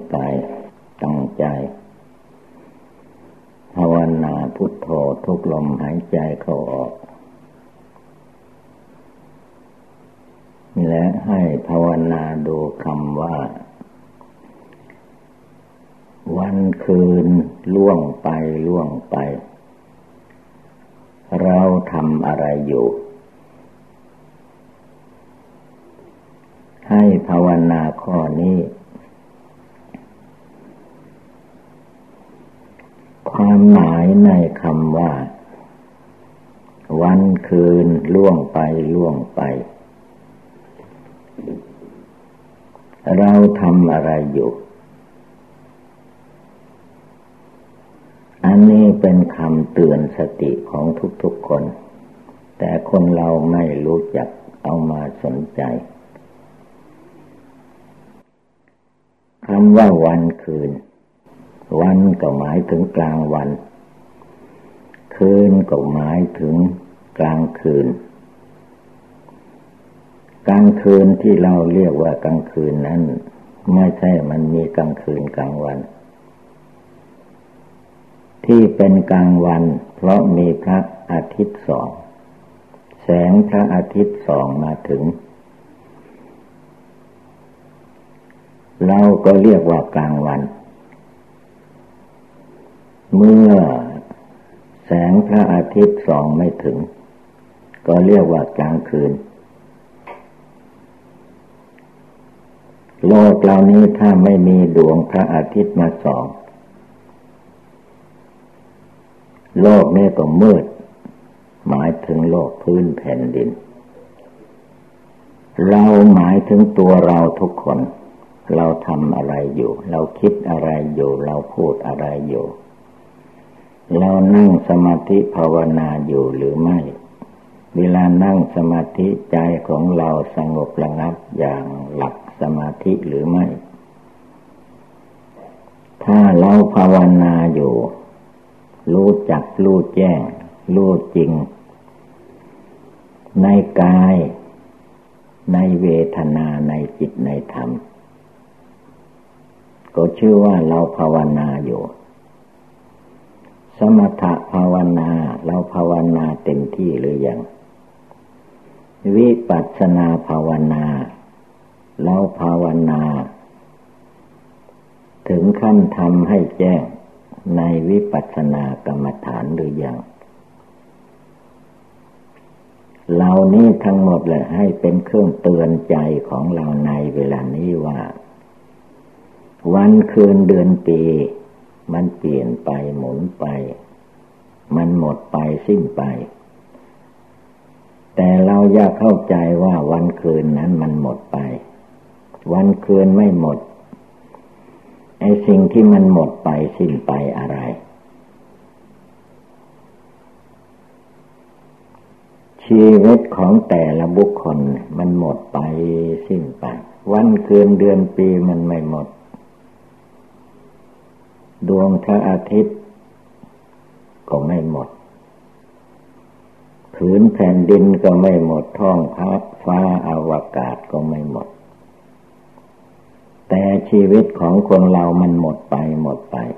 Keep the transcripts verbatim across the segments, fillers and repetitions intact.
กายตั้งใจภาวนาพุทโธทุกลมหายใจเข้าออกและให้ภาวนาดูคำว่าวันคืนล่วงไปล่วงไปเราทำอะไรอยู่ให้ภาวนาข้อนี้ความหมายในคำว่าวันคืนล่วงไปล่วงไปเราทำอะไรอยู่อันนี้เป็นคำเตือนสติของทุกๆคนแต่คนเราไม่รู้จักเอามาสนใจคำว่าวันคืนวันก็หมายถึงกลางวันคืนก็หมายถึงกลางคืนกลางคืนที่เราเรียกว่ากลางคืนนั้นไม่ใช่มันมีกลางคืนกลางวันที่เป็นกลางวันเพราะมีพระอาทิตย์ส่องแสงพระอาทิตย์ส่องมาถึงเราก็เรียกว่ากลางวันเมื่อแสงพระอาทิตย์ส่องไม่ถึงก็เรียกว่ากลางคืนโลกเหล่านี้ถ้าไม่มีดวงพระอาทิตย์มาส่องโลกนี้ก็มืดหมายถึงโลกพื้นแผ่นดินเราหมายถึงตัวเราทุกคนเราทำอะไรอยู่เราคิดอะไรอยู่เราพูดอะไรอยู่เรานั่งสมาธิภาวนาอยู่หรือไม่เวลานั่งสมาธิใจของเราสงบระงับอย่างหลักสมาธิหรือไม่ถ้าเราภาวนาอยู่รู้จักรู้แจ้งรู้จริงในกายในเวทนาในจิตในธรรมก็ชื่อว่าเราภาวนาอยู่สมถะภาวนาเราภาวนาเต็มที่หรือยังวิปัสสนาภาวนาเราภาวนาถึงขั้นทำให้แจ้งในวิปัสสนากรรมฐานหรือยังเหล่านี้ทั้งหมดเลยให้เป็นเครื่องเตือนใจของเราในเวลานี้ว่าวันคืนเดือนปีมันเปลี่ยนไปหมุนไปมันหมดไปสิ้นไปแต่เราอย่าเข้าใจว่าวันคืนนั้นมันหมดไปวันคืนไม่หมดไอ้สิ่งที่มันหมดไปสิ้นไปอะไรชีวิตของแต่ละบุคคลมันหมดไปสิ้นไปวันคืนเดือนปีมันไม่หมดดวงพระอาทิตย์ก็ไม่หมดผืนแผ่นดินก็ไม่หมดท้องฟ้าอวกาศก็ไม่หมดแต่ชีวิตของคนเรามันหมดไปหมดไป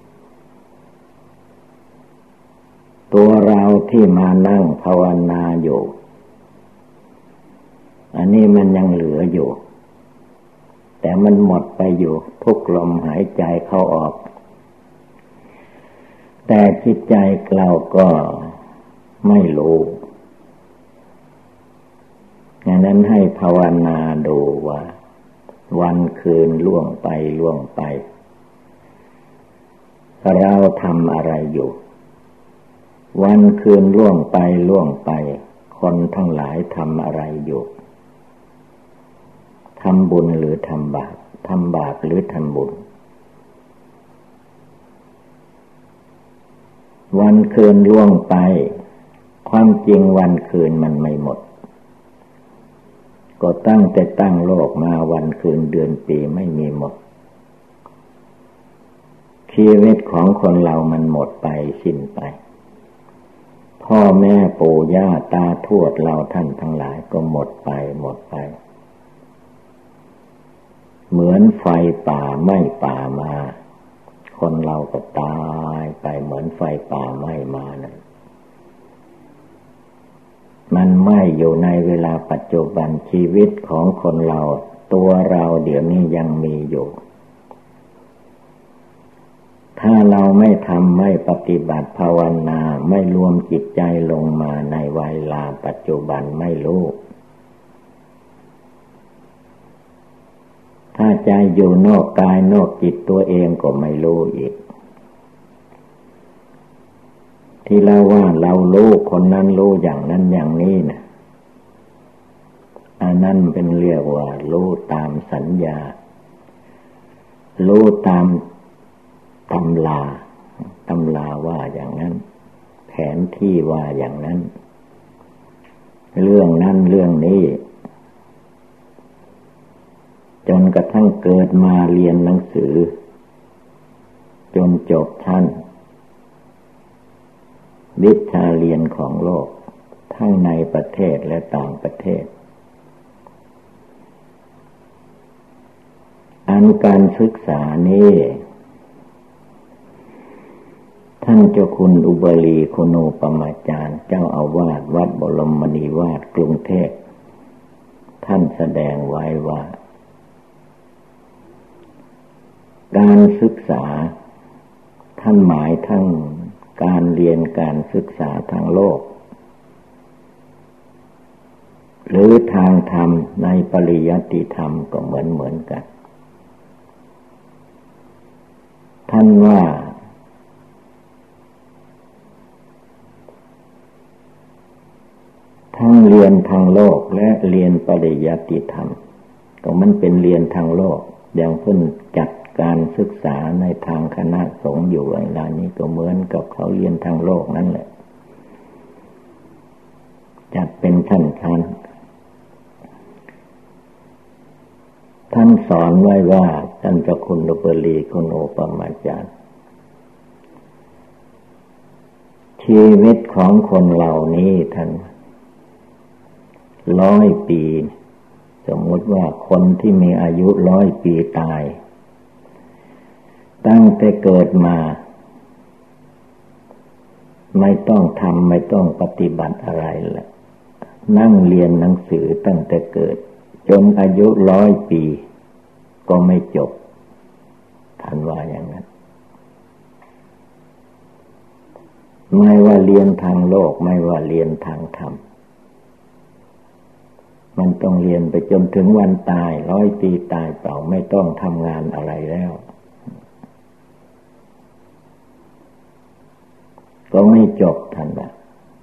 ตัวเราที่มานั่งภาวนาอยู่อันนี้มันยังเหลืออยู่แต่มันหมดไปอยู่ทุกลมหายใจเข้าออกแต่จิตใจเราก็ไม่รู้ดังนั้นให้ภาวนาดูว่าวันคืนล่วงไปล่วงไปเราทำอะไรอยู่วันคืนล่วงไปล่วงไปคนทั้งหลายทำอะไรอยู่ทำบุญหรือทำบาปทำบาปหรือทำบุญวันคืนล่วงไปความจริงวันคืนมันไม่หมดก็ตั้งแต่ตั้งโลกมาวันคืนเดือนปีไม่มีหมดชีวิตของคนเรามันหมดไปสิ้นไปพ่อแม่ปู่ย่าตาทวดเราท่านทั้งหลายก็หมดไปหมดไปเหมือนไฟป่าไหม้ป่ามาคนเราก็ตายไปเหมือนไฟป่าไหม้มานะมันไหม้อยู่ในเวลาปัจจุบันชีวิตของคนเราตัวเราเดี๋ยวนี้ยังมีอยู่ถ้าเราไม่ทำไม่ปฏิบัติภาวนาไม่รวมจิตใจลงมาในเวลาปัจจุบันไม่รู้ถ้าใจอยู่นอกกายนอกจิตตัวเองก็ไม่รู้อีกที่เราว่าเรารู้คนนั้นรู้อย่างนั้นอย่างนี้นะอันนั้นเป็นเรียกว่ารู้ตามสัญญารู้ตามตำราตำราว่าอย่างนั้นแผนที่ว่าอย่างนั้นเรื่องนั้นเรื่องนี้จนกระทั่งเกิดมาเรียนหนังสือจนจบชั้นวิชาเรียนของโลกทั้งในประเทศและต่างประเทศอันการศึกษานี้ท่านเจ้าคุณอุบลีคุณูปมาจารย์เจ้าอาวาสวัดบรมนิวาสกรุงเทพท่านแสดงไว้ว่าการศึกษาท่านหมายทั้งการเรียนการศึกษาทางโลกหรือทางธรรมในปริยัติธรรมก็เหมือนเหมือนกันท่านว่าทั้งเรียนทางโลกและเรียนปริยัติธรรมก็มันเป็นเรียนทางโลกอย่างเพิ่นจัดการศึกษาในทางคณะสงฆ์อยู่เวลานี้ก็เหมือนกับเขาเรียนทางโลกนั่นแหละจัดเป็นชั้นๆท่านสอนไว้ว่าท่านเจ้าคุณอุบลีคุณโอปมาจารย์ชีวิตของคนเหล่านี้ท่านร้อยปีสมมติว่าคนที่มีอายุร้อยปีตายตั้งแต่เกิดมาไม่ต้องทำไม่ต้องปฏิบัติอะไรละนั่งเรียนหนังสือตั้งแต่เกิดจนอายุร้อยปีก็ไม่จบท่านว่าอย่างนั้นไม่ว่าเรียนทางโลกไม่ว่าเรียนทางธรรมมันต้องเรียนไปจนถึงวันตายร้อยปีตายเปล่าไม่ต้องทำงานอะไรแล้วก็ไม่จบท่านว่า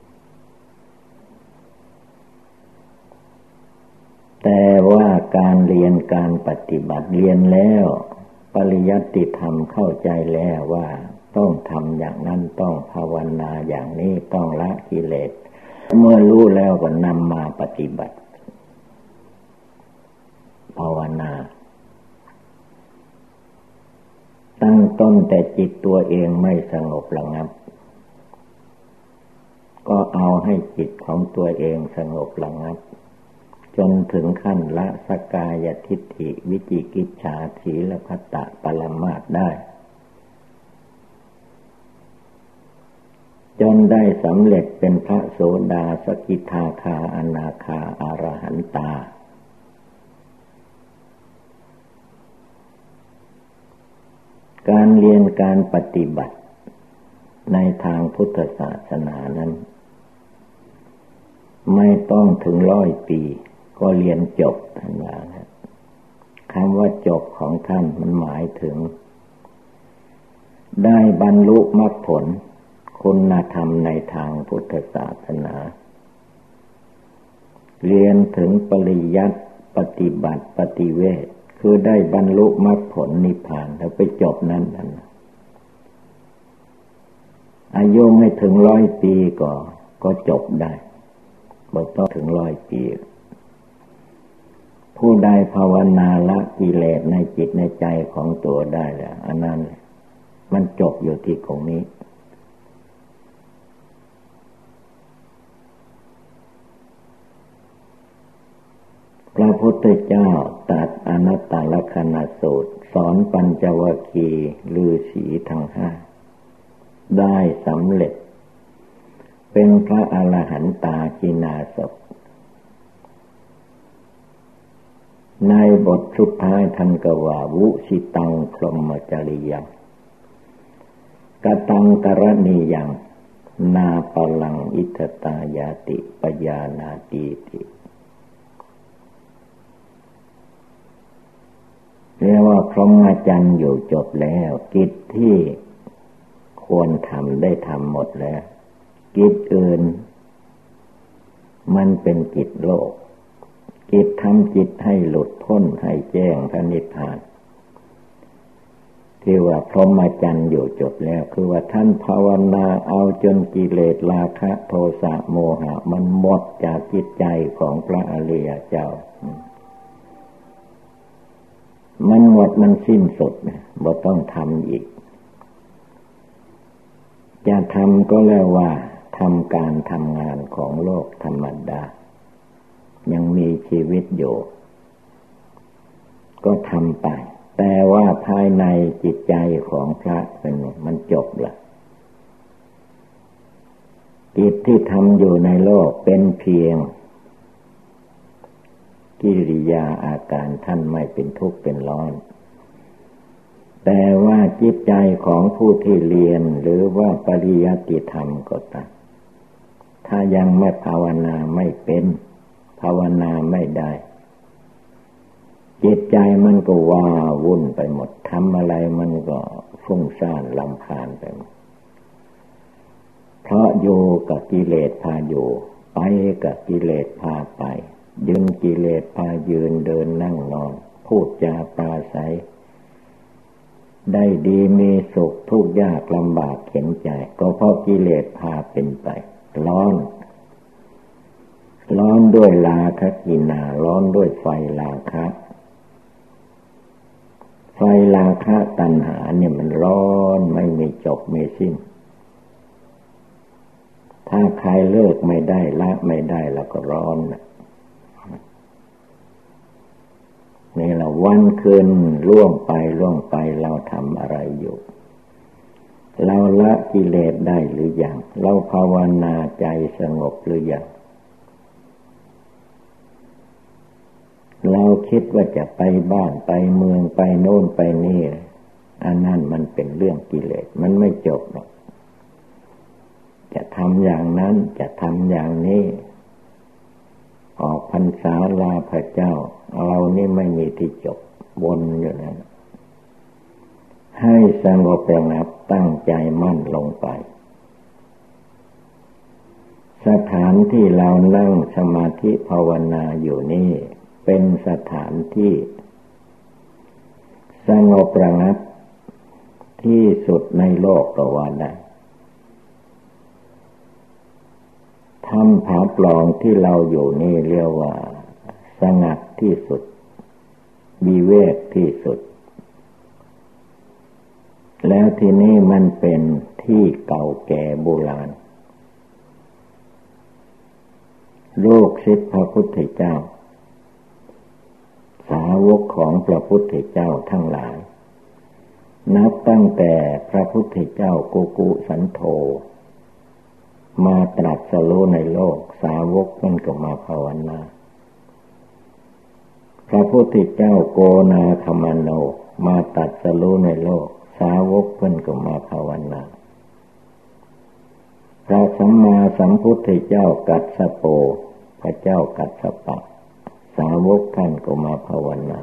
แต่ว่าการเรียนการปฏิบัติเรียนแล้วปริยัติธรรมเข้าใจแล้วว่าต้องทำอย่างนั้นต้องภาวนาอย่างนี้ต้องละกิเลสเมื่อรู้แล้วก็นำมาปฏิบัติภาวนาตั้งต้นแต่จิตตัวเองไม่สงบระงับก็เอาให้จิตของตัวเองสงบระงับจนถึงขั้นละสกายทิฏฐิวิจิกิจฉาสีลพัตตปรมาสได้จนได้สำเร็จเป็นพระโสดาสกิทาคาอนาคาอรหันตาการเรียนการปฏิบัติในทางพุทธศาสนานั้นไม่ต้องถึงร้อยปีก็เรียนจบท่านว่านะคำว่าจบของท่านมันหมายถึงได้บรรลุมรรคผลคุณธรรมในทางพุทธศาสนาเรียนถึงปริยัติปฏิบัติปฏิเวทคือได้บรรลุมรรคผลนิพพานแล้วไปจบนั้นนั่นอายุไม่ถึงร้อยปีก็ก็จบได้บ่ต้องถึงร้อยปีผู้ใดภาวนาละกิเลสในจิตในใจของตัวได้แล้วอันนั้นมันจบอยู่ที่ตรงนี้พระพุทธเจ้าตรัสอนัตตลักษณสูตรสอนปัญจวัคคีย์ฤาษีทั้งห้าได้สำเร็จเป็นพระอรหันตากินาศพในบทสุดท้ายท่านก็ว่าวุสิตังพรหมจริยังกตังกรณียังนาปลังอิทตายาติปยานาติติเรียกว่าพรหมจรรย์อยู่จบแล้วกิจที่ควรทำได้ทำหมดแล้วกิจอื่นมันเป็นกิจโลกกิจทำจิตให้หลุดพ้นให้แจ้งพระนิพพานที่ว่าพรหมจรรย์อยู่จบแล้วคือว่าท่านภาวนาเอาจนกิเลสราคะโทสะโมหะมันหมดจากจิตใจของพระอริยเจ้ามันหมดมันสิ้นสุดบ่ต้องทำอีกจะทำก็แล้วว่าทำการทำงานของโลกธรรมดายังมีชีวิตอยู่ก็ทำไปแต่ว่าภายในจิตใจของพระเป็นมันจบละกิจที่ทำอยู่ในโลกเป็นเพียงกิริยาอาการท่านไม่เป็นทุกข์เป็นร้อนแต่ว่าจิตใจของผู้ที่เรียนหรือว่าปริยัติธรรมก็ตามถ้ายังไม่ภาวนาไม่เป็นภาวนาไม่ได้จิตใจมันก็ว้าวุ่นไปหมดทำอะไรมันก็ฟุ้งซ่านรำคาญไปหมดเพราะอยู่กับกิเลสพาอยู่ไปกับกิเลสพาไปยืนกิเลสพายืนเดินนั่งนอนพูดจาปราศัยได้ดีมีสุขทุกข์ยากลำบากเข็ญใจก็เพราะกิเลสพาเป็นไปร้อนร้อนด้วยราคะกินาร้อนด้วยไฟราคะไฟราคะตัณหาเนี่ยมันร้อนไม่มีจบไม่สิ้นถ้าใครเลิกไม่ได้ละไม่ได้แล้วก็ร้อนนี่เราวันคืนล่วงไปล่วงไปเราทำอะไรอยู่เราละกิเลสได้หรือยังเราภาวนาใจสงบหรือยังเราคิดว่าจะไปบ้านไปเมืองไปโน่นไปนี่อันนั้นมันเป็นเรื่องกิเลสมันไม่จบหรอกจะทำอย่างนั้นจะทำอย่างนี้ออกพรรษาลาพระเจ้าเรานี่ไม่มีที่จบวนอยู่นั้นให้สงบระงับตั้งใจมั่นลงไปสถานที่เรานั่งสมาธิภาวนาอยู่นี่เป็นสถานที่สงบระงับที่สุดในโลกก็ว่าได้ถ้ำผาปล่องที่เราอยู่นี่เรียกว่าสงัดที่สุดวิเวกที่สุดแล้วที่นี่มันเป็นที่เก่าแก่โบราณลูกศิษย์พระพุทธเจ้าสาวกของพระพุทธเจ้าทั้งหลายนับตั้งแต่พระพุทธเจ้ากุกุสันโธมาตรัสรู้ในโลกสาวกมันก็มาภาวนาพระพุทธเจ้าโกนาคมโนมาตรัสรู้ในโลกสาวกเพิ่นก็มาภาวนาพระสัมมาสัมพุทธเจ้ากัสสโปพระเจ้ากัสสปะสาวกท่านก็มาภาวนา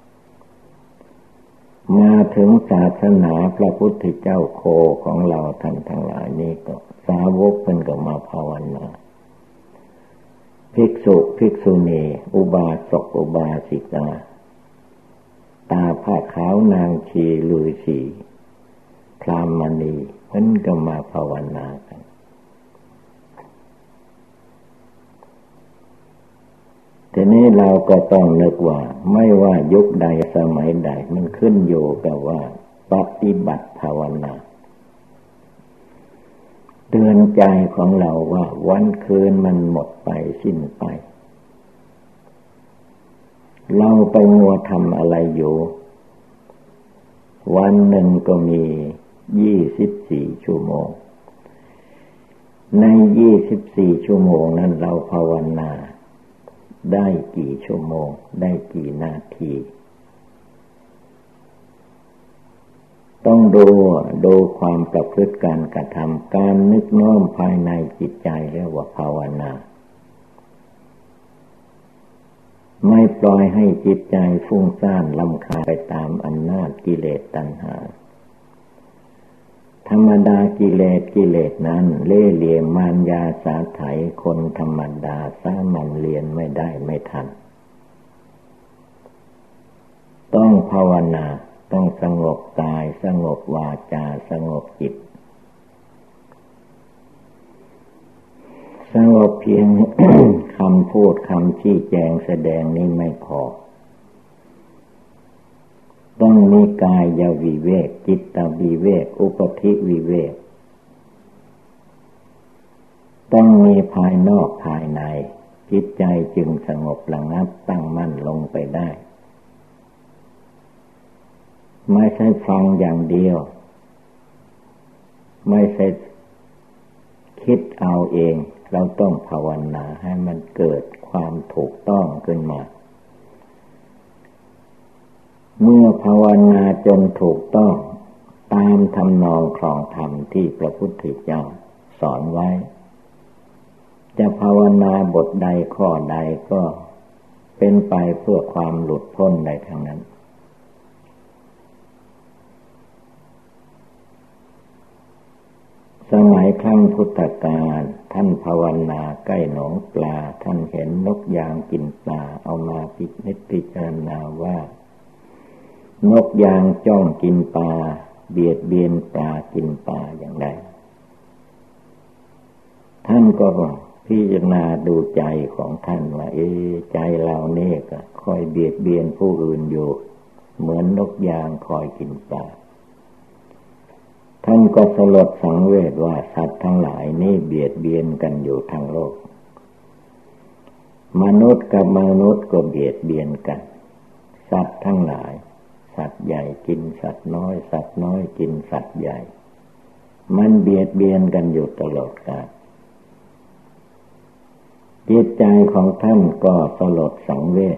มาถึงศาสนาพระพุทธเจ้าโคของเราท่านทั้งหลายนี่ก็สาวกเพิ่นก็มาภาวนาภิกษุภิกษุณีอุบาสกอุบาสิกาตาผ้าขาวนางชีฤาษีพรามณีเพิ่นก็มาภาวนากันทีนี้เราก็ต้องนึกว่าไม่ว่ายุคใดสมัยใดมันขึ้นอยู่กับว่าปฏิบัติภาวนาเตือนใจของเราว่าวันคืนมันหมดไปสิ้นไปเราไปมัวทำอะไรอยู่วันหนึ่งก็มียี่สิบสี่ชั่วโมงในยี่สิบสี่ชั่วโมงนั้นเราภาวนาได้กี่ชั่วโมงได้กี่นาทีต้องดูดูความประพฤติการกระทำการนึกน้อมภายในจิตใจเรียกว่าภาวนาไม่ปล่อยให้จิตใจฟุ้งซ่านรำคาญไปตามอำนาจกิเลสตัณหาธรรมดากิเลสกิเลสนั้นเล่ห์เหลี่ยมมารยาสาไถคนธรรมดาสามัญเรียนไม่ได้ไม่ทันต้องภาวนาต้องสงบกายสงบวาจาสงบจิตสงบเพียง คำพูดคำชี้แจงแสดงนี้ไม่พอต้องมีกายวิเวกจิตวิเวกอุปธิวิเวกต้องมีภายนอกภายในจิตใจจึงสงบระงับตั้งมั่นลงไปได้ไม่ใช่ฟังอย่างเดียวไม่ใช่คิดเอาเองเราต้องภาวนาให้มันเกิดความถูกต้องขึ้นมาเมื่อภาวนาจนถูกต้องตามทำนองครองธรรมที่พระพุทธเจ้าสอนไว้จะภาวนาบทใดข้อใดก็เป็นไปเพื่อความหลุดพ้นในทางนั้นสมัยครั้งพุทธกาลท่านภาวนาใกล้หนองปลาท่านเห็นนกยางกินปลาเอามาพินิจพิจารณาว่านกยางจ้องกินปลาเบียดเบียนปลากินปลาอย่างไรท่านก็พิจารณาดูใจของท่านว่าเอ๊ะใจเราเนี่ยก็คอยเบียดเบียนผู้อื่นอยู่เหมือนนกยางคอยกินปลาท่านก็สลดสังเวชว่าสัตว์ทั้งหลายนี่เบียดเบียนกันอยู่ทั้งโลกมนุษย์กับมนุษย์ก็เบียดเบียนกันสัตว์ทั้งหลายสัตว์ใหญ่กินสัตว์น้อยสัตว์น้อยกินสัตว์ใหญ่มันเบียดเบียนกันอยู่ตลอดกาลจิตใจของท่านก็สลดสังเวช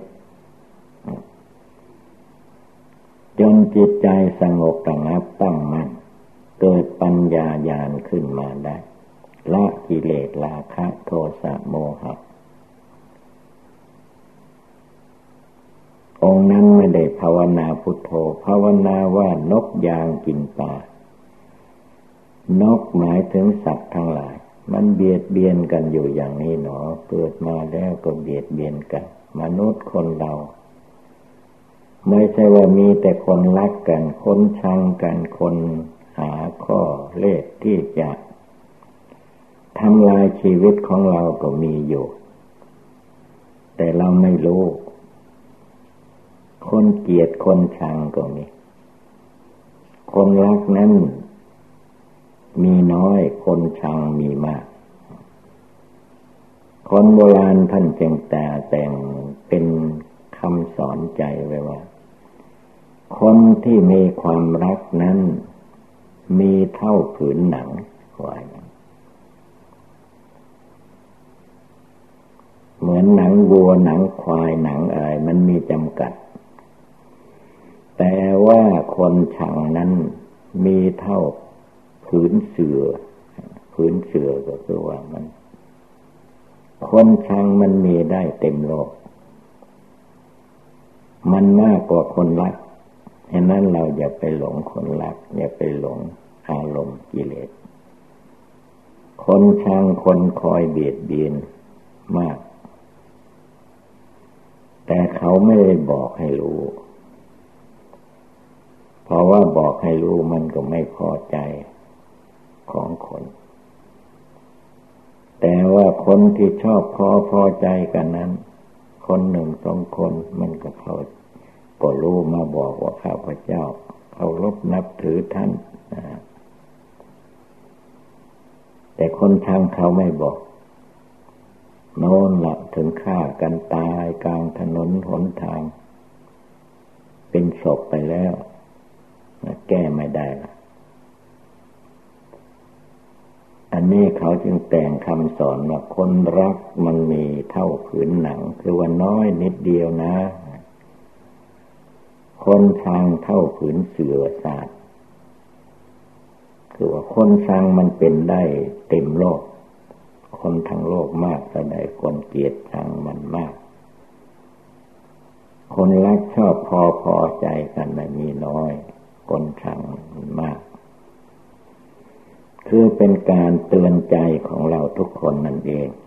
จนจิตใจสงบระงับตั้งมั่นเกิดปัญญาญาณขึ้นมาได้ละกิเลสราคะโทสะโมหะองค์นั้นไม่ได้ภาวนาพุทโธภาวนาว่านกยางกินปลานกหมายถึงสัตว์ทั้งหลายมันเบียดเบียนกันอยู่อย่างนี้หนอเกิดมาแล้วก็เบียดเบียนกันมนุษย์คนเราไม่ใช่ว่ามีแต่คนรักกันคนชังกันคนหาข้อเลขที่จะทำลายชีวิตของเราก็มีอยู่แต่เราไม่รู้คนเกลียดคนชังก็มีคนรักนั้นมีน้อยคนชังมีมากคนโบราณท่านจึงแต่แต่งเป็นคำสอนใจไว้ว่าคนที่มีความรักนั้นมีเท่าผืนหนังกว่าเหมือนหนังวัวหนังควายหนังอะไรมันมีจำกัดแต่ว่าคนชังนั้นมีเท่าผืนเสือผืนเสือก็คือว่ามันคนชังมันมีได้เต็มโลกมันมากกว่าคนรักฉะนั้นเราอย่าไปหลงคนรักอย่าไปหลงอารมณ์กิเลสคนชังคนคอยเบียดเบียนมากแต่เขาไม่ได้บอกให้รู้เพราะว่าบอกให้รู้มันก็ไม่พอใจของคนแต่ว่าคนที่ชอบพอพอใจกันนั้นคนหนึ่งสองคนมันก็เขาก็รู้มาบอกว่าข้าพเจ้าเคารพนับถือท่านนะแต่คนทางเขาไม่บอกโน่นละถึงฆ่ากันตายกลางถนนหนทางเป็นศพไปแล้วแก้ไม่ได้ละอันนี้เขาจึงแต่งคำสอนว่าคนรักมันมีเท่าผืนหนังคือว่าน้อยนิดเดียวนะคนชังเท่าผืนเสือสาดคือว่าคนชังมันเป็นได้เต็มโลกคนทั้งโลกมากแต่ใดคนเกลียดชังมันมากคนรักชอบพอพอใจกันมันมีน้อยคนชังมันมากคือเป็นการเตือนใจของเราทุกคนนั่นเอง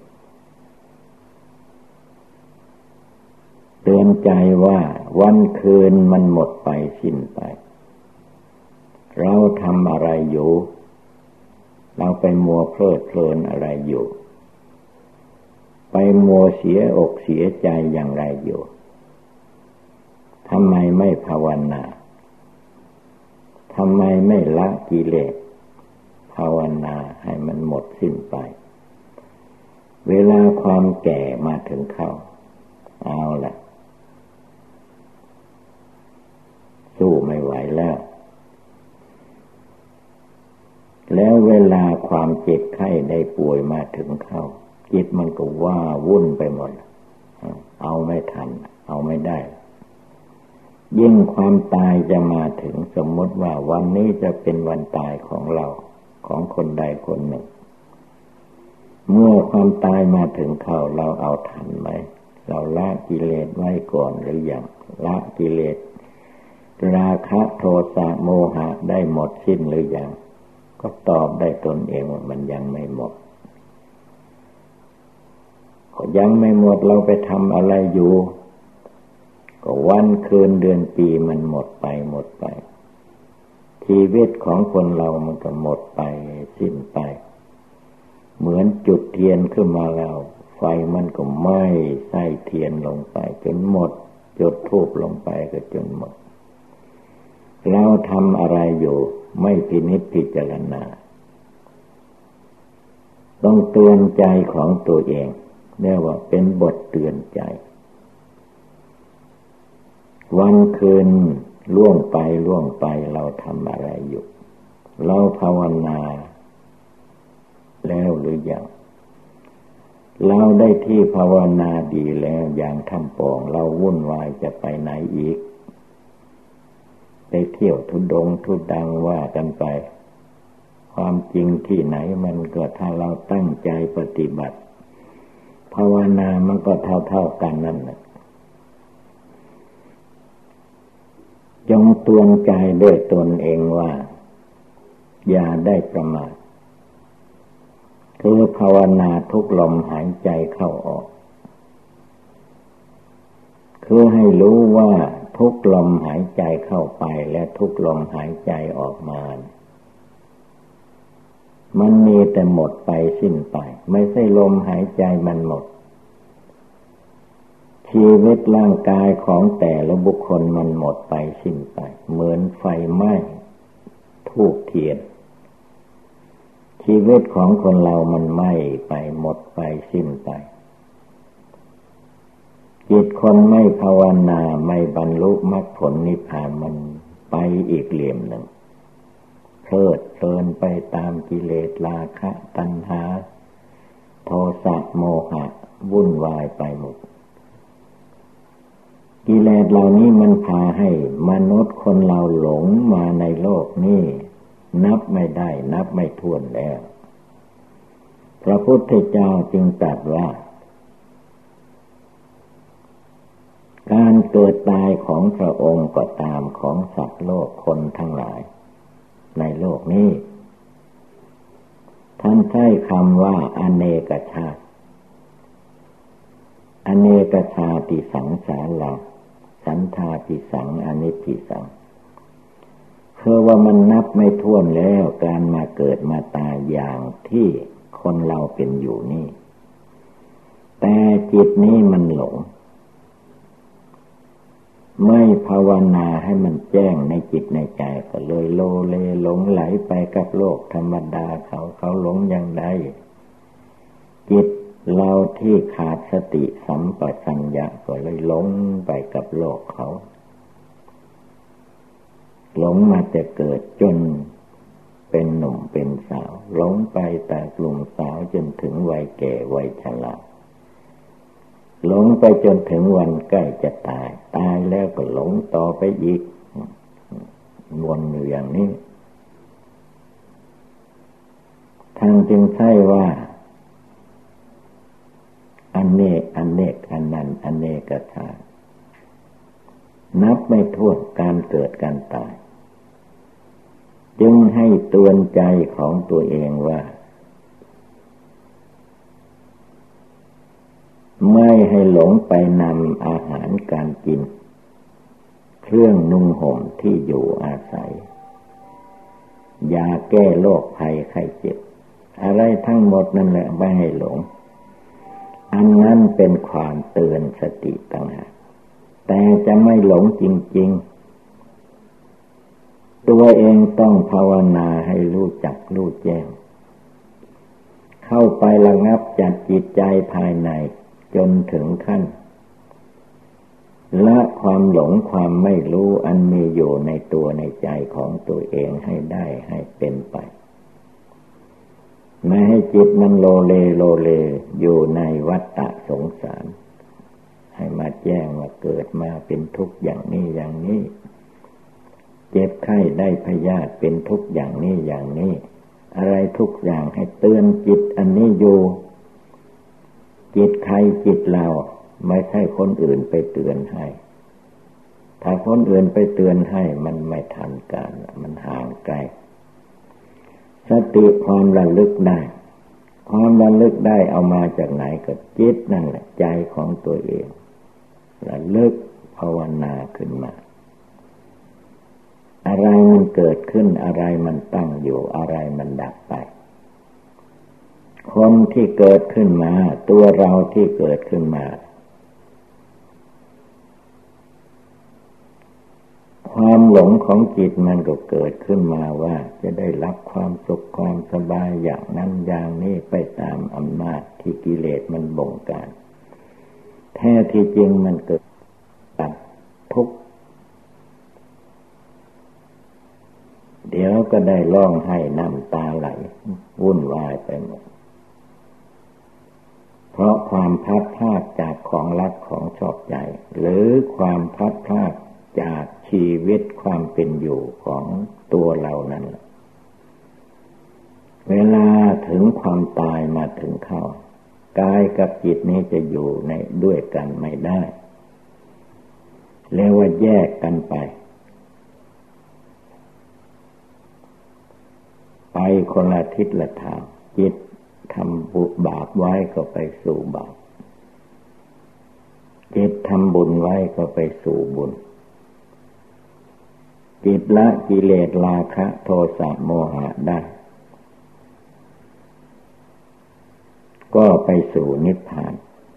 เตือนใจว่าวันคืนมันหมดไปสิ้นไปเราทำอะไรอยู่เราไปมัวเพลิดเพลินอะไรอยู่ไปมัวเสียอกเสียใจอย่างไรอยู่ทำไมไม่ภาวนาทำไมไม่ละกิเลสภาวนาให้มันหมดสิ้นไปเวลาความแก่มาถึงเข้าเอาล่ะสู้ไม่ไหวแล้วแล้วเวลาความเจ็บไข้ได้ป่วยมาถึงเข้าจิตมันก็ว่าวุ่นไปหมดเอาไม่ทันเอาไม่ได้ยิ่งความตายจะมาถึงสมมติว่าวันนี้จะเป็นวันตายของเราของคนใดคนหนึ่งเมื่อความตายมาถึงเขาเราเอาทันไหมเราละกิเลสไว้ก่อนหรือยังละกิเลสราคะโทสะโมหะได้หมดสิ้นหรือยังก็ตอบได้ตนเองว่ามันยังไม่หมดก็ยังไม่หมดเราไปทำอะไรอยู่ก็วันคืนเดือนปีมันหมดไปหมดไปชีวิตของคนเรามันก็หมดไปสิ้นไปเหมือนจุดเทียนขึ้นมาแล้วไฟมันก็ไหม้ใส่เทียนลงไปจนหมดจุดธูปลงไปก็จนหมดเราทำอะไรอยู่ไม่พินิจพิจารณาต้องเตือนใจของตัวเองเรียกว่าเป็นบทเตือนใจวันคืนล่วงไปล่วงไปเราทำอะไรอยู่เราภาวนาแล้วหรือยังเราได้ที่ภาวนาดีแล้วอย่างทำปองเราวุ่นวายจะไปไหนอีกไปเที่ยวทุดงทุดังว่ากันไปความจริงที่ไหนมันก็ถ้าเราตั้งใจปฏิบัติภาวนามันก็เท่าๆกันนั่นแหละจงเตือนใจด้วยตนเองว่าอย่าได้ประมาทคือภาวนาทุกลมหายใจเข้าออกคือให้รู้ว่าทุกลมหายใจเข้าไปและทุกลมหายใจออกมามันมีแต่หมดไปสิ้นไปไม่ใช่ลมหายใจมันหมดชีวิตร่างกายของแต่ละบุคคลมันหมดไปสิ้นไปเหมือนไฟไหม้ธูปเทียนชีวิตของคนเรามันไหม้ไปหมดไปสิ้นไปจิตคนไม่ภาวนาไม่บรรลุมรรคผลนิพพานมันไปอีกเหลี่ยมหนึ่งเพลิดเพลินไปตามกิเลสราคะตัณหาโทสะโมหะวุ่นวายไปหมดกิเลสเหล่านี้มันพาให้มนุษย์คนเราหลงมาในโลกนี้นับไม่ได้นับไม่ถ้วนแล้วพระพุทธเจ้าจึงตรัสว่าการเกิดตายของพระองค์ก็ตามของสัตว์โลกคนทั้งหลายในโลกนี้ท่านใช้คำว่าอเนกชาติอเนกชาติสังสารังสันทาติสังอนิจจิสังคือว่ามันนับไม่ถ้วนแล้วการมาเกิดมาตายอย่างที่คนเราเป็นอยู่นี่แต่จิตนี้มันหลงไม่ภาวนาให้มันแจ้งในจิตในใจก็เลยโลเลหลงไหลไปกับโลกธรรมดาเขาเขาหลงอย่างใดจิตเราที่ขาดสติสัมปชัญญะก็เลยหลงไปกับโลกเขาหลงมาแต่เกิดจนเป็นหนุ่มเป็นสาวหลงไปแต่กลุ่มสาวจนถึงวัยแก่วัยชราหลงไปจนถึงวันใกล้จะตายตายแล้วก็หลงต่อไปอีกวนอยู่อย่างนี้ท่านจึงใช่ว่าอันเนกอันเนกอันนั้นอันเนกชาตินับไม่ถ้วนการเกิดการตายจึงให้เตือนใจของตัวเองว่าไม่ให้หลงไปนำอาหารการกินเครื่องนุ่งห่มที่อยู่อาศัยยาแก้โรคภัยไข้เจ็บอะไรทั้งหมดนั่นแหละไม่ให้หลงอันนั้นเป็นความเตือนสติต่างหากแต่จะไม่หลงจริงๆตัวเองต้องภาวนาให้รู้จักรู้แจ้งเข้าไประงับจัดจิตใจภายในจนถึงขั้นละความหลงความไม่รู้อันมีอยู่ในตัวในใจของตัวเองให้ได้ให้เป็นไปไม่ให้จิตมันโลเลโลเลอยู่ในวัฏฏะสงสารให้มาแจ้งว่าเกิดมาเป็นทุกข์อย่างนี้อย่างนี้เจ็บไข้ได้พยาธิเป็นทุกข์อย่างนี้อย่างนี้อะไรทุกอย่างให้เตือนจิตอันนี้อยู่จิตใครจิตเราไม่ใช่คนอื่นไปเตือนให้ถ้าคนอื่นไปเตือนให้มันไม่ทันการมันห่างไกลสติความระลึกได้ความระลึกได้เอามาจากไหนก็จิตนั่นแหละใจของตัวเองระลึกภาวนาขึ้นมาอะไรมันเกิดขึ้นอะไรมันตั้งอยู่อะไรมันดับไปคนที่เกิดขึ้นมาตัวเราที่เกิดขึ้นมาความหลงของจิตมันก็เกิดขึ้นมาว่าจะได้รับความสุขความสบายอย่างนั้นอย่างนี้ไปตามอำนาจที่กิเลสมันบงการแท้ที่จริงมันเกิดจากทุกข์เดี๋ยวก็ได้ร้องไห้น้ำตาไหลวุ่นวายไปหมดเพราะความพลัดพรากจากของรักของชอบใจหรือความพลัดพรากจากชีวิตความเป็นอยู่ของตัวเรานั้นเวลาถึงความตายมาถึงเข้ากายกับจิตนี้จะอยู่ในด้วยกันไม่ได้เรียกว่าแยกกันไปไปคนละทิศละทางจิตทำบุญบาปไว้ก็ไปสู่บาปจิตทำบุญไว้ก็ไปสู่บุญจิตละกิเลสราคะโทสะโมหะได้ก็ไปสู่นิพพาน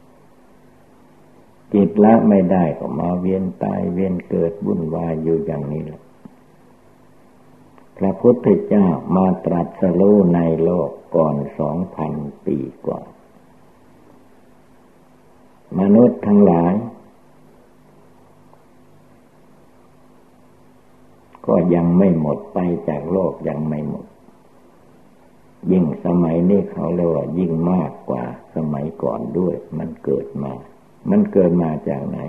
จิตละไม่ได้ก็มาเวียนตายเวียนเกิดวุ่นวายอยู่อย่างนี้แหละพระพุทธเจ้ามาตรัสรู้ในโลกก่อนสองพันปีกว่ามนุษย์ทั้งหลายก็ยังไม่หมดไปจากโลกยังไม่หมดยิ่งสมัยนี้เขาเรียกว่ายิ่งมากกว่าสมัยก่อนด้วยมันเกิดมามันเกิดมาจากไหน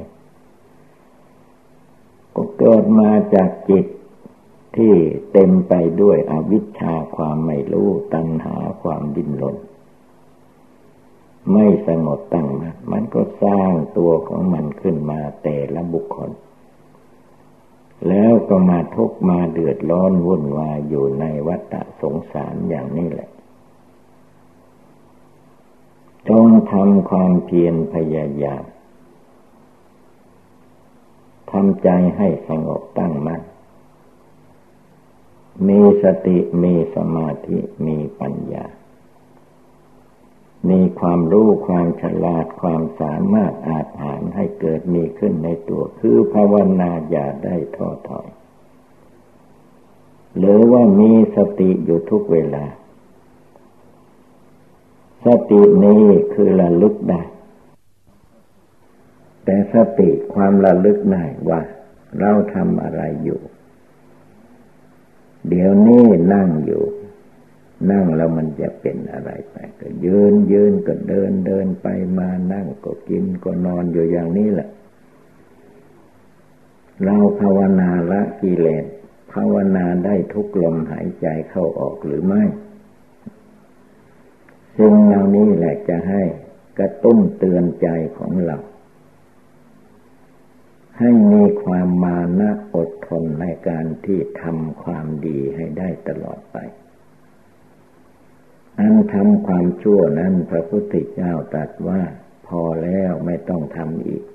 ก็เกิดมาจากจิตที่เต็มไปด้วยอวิชชาความไม่รู้ตัณหาความดิ้นรนไม่สงบตั้งมั่นมันก็สร้างตัวของมันขึ้นมาแต่ละบุคคลแล้วก็มาทุกข์มาเดือดร้อนวุ่นวายอยู่ในวัฏสงสารอย่างนี้แหละจงทำความเพียรพยายามทำใจให้สงบตั้งมั่นมีสติมีสมาธิมีปัญญามีความรู้ความฉลาดความสามารถอาจหาญให้เกิดมีขึ้นในตัวคือภาวนาอย่าได้ท้อถอยหรือว่ามีสติอยู่ทุกเวลาสตินี้คือระลึกได้แต่สติความระลึกได้ว่าเราทำอะไรอยู่เดี๋ยวนี้นั่งอยู่นั่งแล้วมันจะเป็นอะไรไปก็ยืนยืนก็เดินเดินไปมานั่งก็กินก็นอนอยู่อย่างนี้แหละเราภาวนาละกิเลสภาวนาได้ทุกลมหายใจเข้าออกหรือไม่ซึ่งเหล่านี้แหละจะให้กระตุ้นเตือนใจของเราให้มีความมานะอดทนในการที่ทำความดีให้ได้ตลอดไปอันทำความชั่วนั้นพระพุทธเจ้าตรัสว่าพอแล้วไม่ต้องทำอีก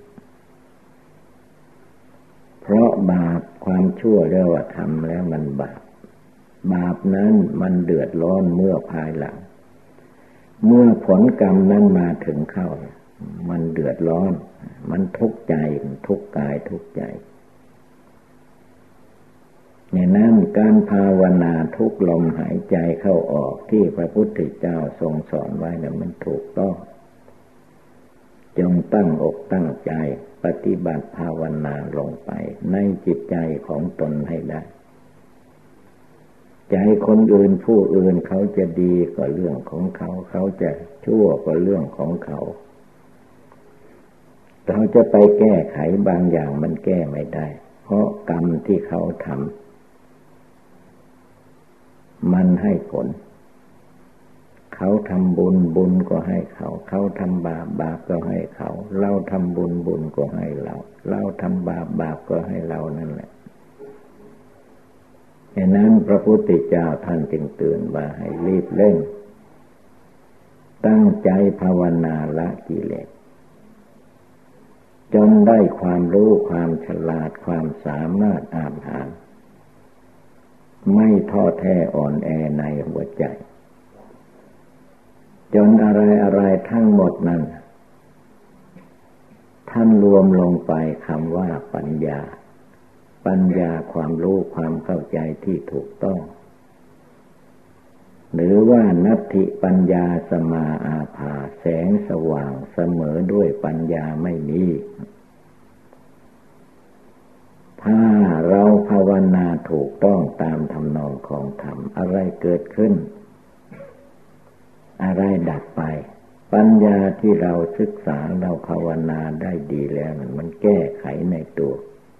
เพราะบาปความชั่วเรียกว่าทำแล้วมันบาปบาปนั้นมันเดือดร้อนเมื่อภายหลังเมื่อผลกรรมนั้นมาถึงเข้ามันเดือดร้อนมันทุกข์ใจทุกข์กายทุกข์ใจเนี่ยนั้นการภาวนาทุกลมหายใจเข้าออกที่พระพุทธเจ้าทรงสอนไว้เนี่ยมันถูกต้องจงตั้งอกตั้งใจปฏิบัติภาวนาลงไปในจิตใจของตนให้ได้ใจคนอื่นผู้อื่นเขาจะดีก็เรื่องของเขาเขาจะชั่วก็เรื่องของเขาเราจะไปแก้ไขบางอย่างมันแก้ไม่ได้เพราะกรรมที่เขาทำมันให้ผลเขาทำบุญบุญก็ให้เขาเขาทำบาปบาปก็ให้เขาเราทำบุญบุญก็ให้เราเราทำบาปบาปก็ให้เรานั่นแหละฉะนั้นพระพุทธเจ้าท่านจึงเตือนว่าให้รีบเร่งตั้งใจภาวนาละกิเลสจนได้ความรู้ความฉลาดความสามารถอาจหาญไม่ท้อแท้อ่อนแอในหัวใจจนอะไรอะไรทั้งหมดนั้นท่านรวมลงไปคำว่าปัญญาปัญญาความรู้ความเข้าใจที่ถูกต้องหรือว่านัตถิปัญญาสมาอาภาแสงสว่างเสมอด้วยปัญญาไม่มีถ้าเราภาวนาถูกต้องตามทำนองของธรรมอะไรเกิดขึ้นอะไรดับไปปัญญาที่เราศึกษาเราภาวนาได้ดีแล้วมันแก้ไขในตัว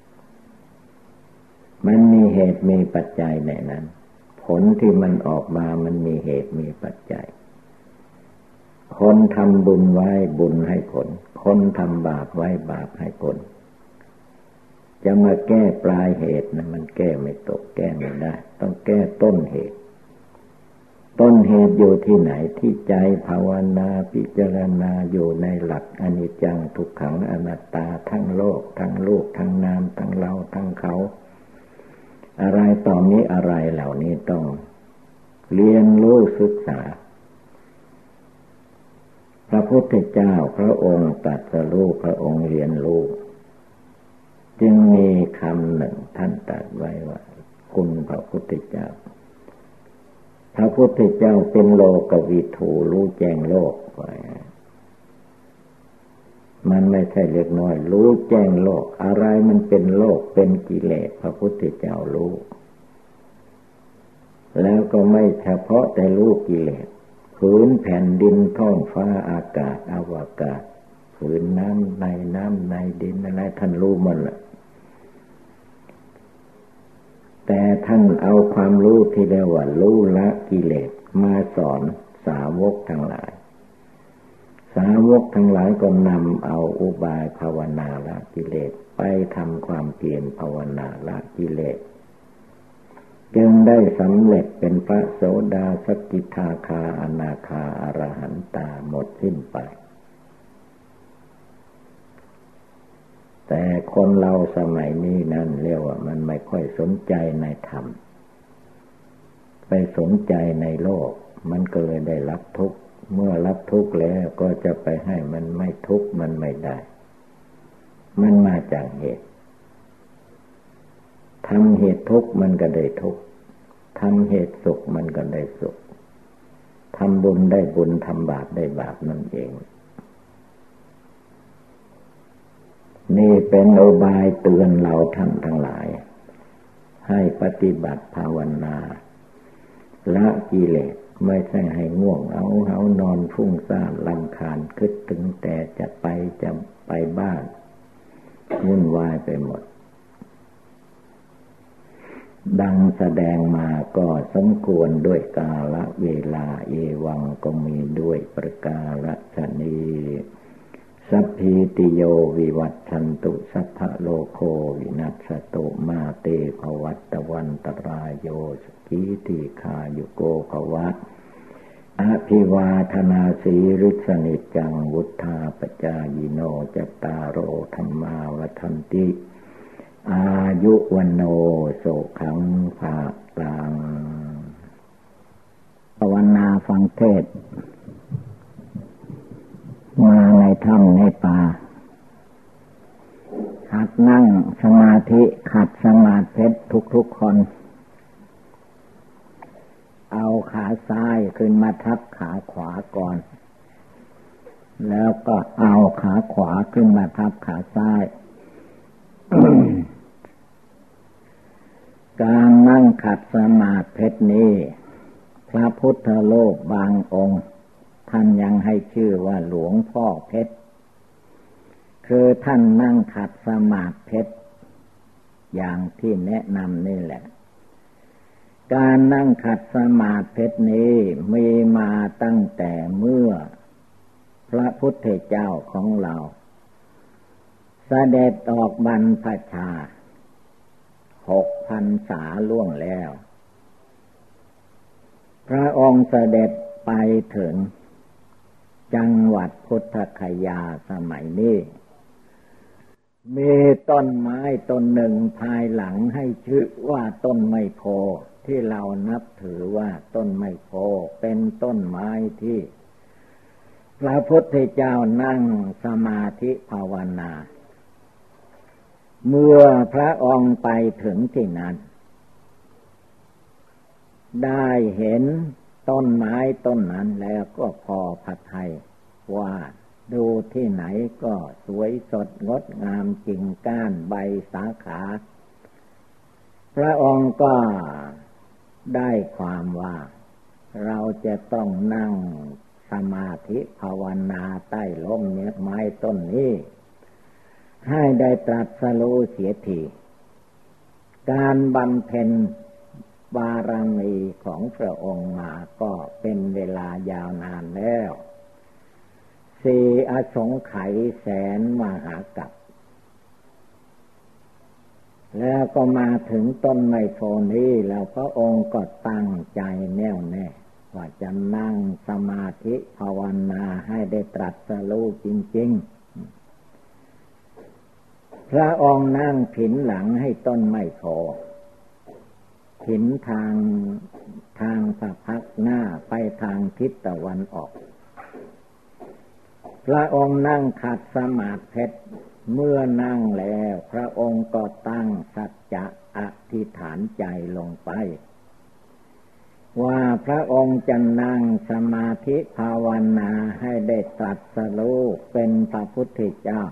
มันมีเหตุมีปัจจัยในนั้นผลที่มันออกมามันมีเหตุมีปัจจัยคนทำบุญไว้บุญให้ผลคนทำบาปไว้บาปให้ผลจะมาแก้ปลายเหตุนะมันแก้ไม่ตกแก้ไม่ได้ต้องแก้ต้นเหตุต้นเหตุอยู่ที่ไหนที่ใจภาวนาพิจารณาอยู่ในหลักอนิจจังทุกขังอนัตตาทั้งโลกทั้งลูกทั้งนามทั้งเราทั้งเขาอะไรต่อนี้อะไรเหล่านี้ต้องเรียนรู้ศึกษาพระพุทธเจ้าพระองค์ตรัสรู้พระองค์เรียนรู้จึงมีคำหนึ่งท่านตรัสไว้ว่าคุณพระพุทธเจ้าพระพุทธเจ้าเป็นโลกวิถูรู้แจ้งโลกมันไม่ใช่เล็กน้อยรู้แจ้งโลกอะไรมันเป็นโลกเป็นกิเลสพระพุทธเจ้ารู้แล้วก็ไม่เฉพาะแต่รู้กิเลสพื้นแผ่นดินท้องฟ้าอากาศอวกาศพื้นน้ำในน้ำในดินอะไรท่านรู้หมดแหละแต่ท่านเอาความรู้ที่เรียกว่ารู้ละกิเลสมาสอนสาวกทั้งหลายสาวกทั้งหลายก็นำเอาอุบายภาวนาละกิเลสไปทำความเพียรภาวนาละกิเลสจึงได้สำเร็จเป็นพระโสดาสกิทาคาอนาคาอรหันตาหมดสิ้นไปแต่คนเราสมัยนี้นั่นเรียกว่ามันไม่ค่อยสนใจในธรรมไปสนใจในโลกมันก็เลยได้รับทุกข์เมื่อรับทุกข์แล้วก็จะไปให้มันไม่ทุกข์มันไม่ได้มันมาจากเหตุทำเหตุทุกข์มันก็ได้ทุกข์ทำเหตุสุขมันก็ได้สุขทำบุญได้บุญทำบาปได้บาปนั่นเองนี่เป็นอุบายเตือนเราท่านทั้งหลายให้ปฏิบัติภาวนาละกิเลสไม่ใช่ให้ง่วงเอาเหานอนฟุ้งซ่านรำคาญคิดถึงแต่จะไปจะไปบ้านวุ่นวายไปหมดดังแสดงมาก็สมควรด้วยกาลเวลาเอวังก็มีด้วยประกาศนีสัพพิติโยวิวัตชันตุสัพพะโลโควินัสสตุมาเตภวัตวันตรายโยสุขีติคายุโกภวัตอภิวาทนาสีริสนิจังวุธาปจายโนจัตตารโอธรรมาวัฏันติอายุวันโนโสขังภาลังภาวนาฟังเทศน์มาในถ้ำในป่าหัดนั่งสมาธิขัดสมาธิทุกๆคนเอาขาซ้ายขึ้นมาทับขาขวาก่อนแล้วก็เอาขาขวาขึ้นมาทับขาซ้าย การนั่งขัดสมาธินี้พระพุทธโลกบางองค์ท่านยังให้ชื่อว่าหลวงพ่อเพชรคือท่านนั่งขัดสมาธิอย่างที่แนะนำนี่แหละการนั่งขัดสมาธินี้มีมาตั้งแต่เมื่อพระพุทธเจ้าของเราเสด็จออกบรรพชาหกพรรษาล่วงแล้วพระองค์เสด็จไปถึงจังหวัดพุทธคยาสมัยนี้มีต้นไม้ต้นหนึ่งภายหลังให้ชื่อว่าต้นไมโพที่เรานับถือว่าต้นไมโพเป็นต้นไม้ที่พระพุทธเจ้านั่งสมาธิภาวนาเมื่อพระองค์ไปถึงที่นั้นได้เห็นต้นไม้ต้นนั้นแล้วก็พอพระทัยว่าดูที่ไหนก็สวยสดงดงามกิ่งก้านใบสาขาพระองค์ก็ได้ความว่าเราจะต้องนั่งสมาธิภาวนาใต้ร่มไม้ต้นนี้ให้ได้ตรัสรู้เสียทีการบำเพ็ญบารมีของพระองค์มาก็เป็นเวลายาวนานแล้วสี่อสงไขยแสนมหากัปแล้วก็มาถึงต้นไมโพนี้แล้วพระองค์ก็ตั้งใจแน่วแน่ว่าจะนั่งสมาธิภาวนาให้ได้ตรัสรู้จริงๆพระองค์นั่งผินหลังให้ต้นไมโพผินทางทางพระพักหน้าไปทางทิศตะวันออกพระองค์นั่งขัดสมาธิเมื่อนั่งแล้วพระองค์ก็ตั้งสัจจะอธิษฐานใจลงไปว่าพระองค์จะนั่งสมาธิภาวนาให้ได้ตรัสรู้เป็นพระพุทธเจ้า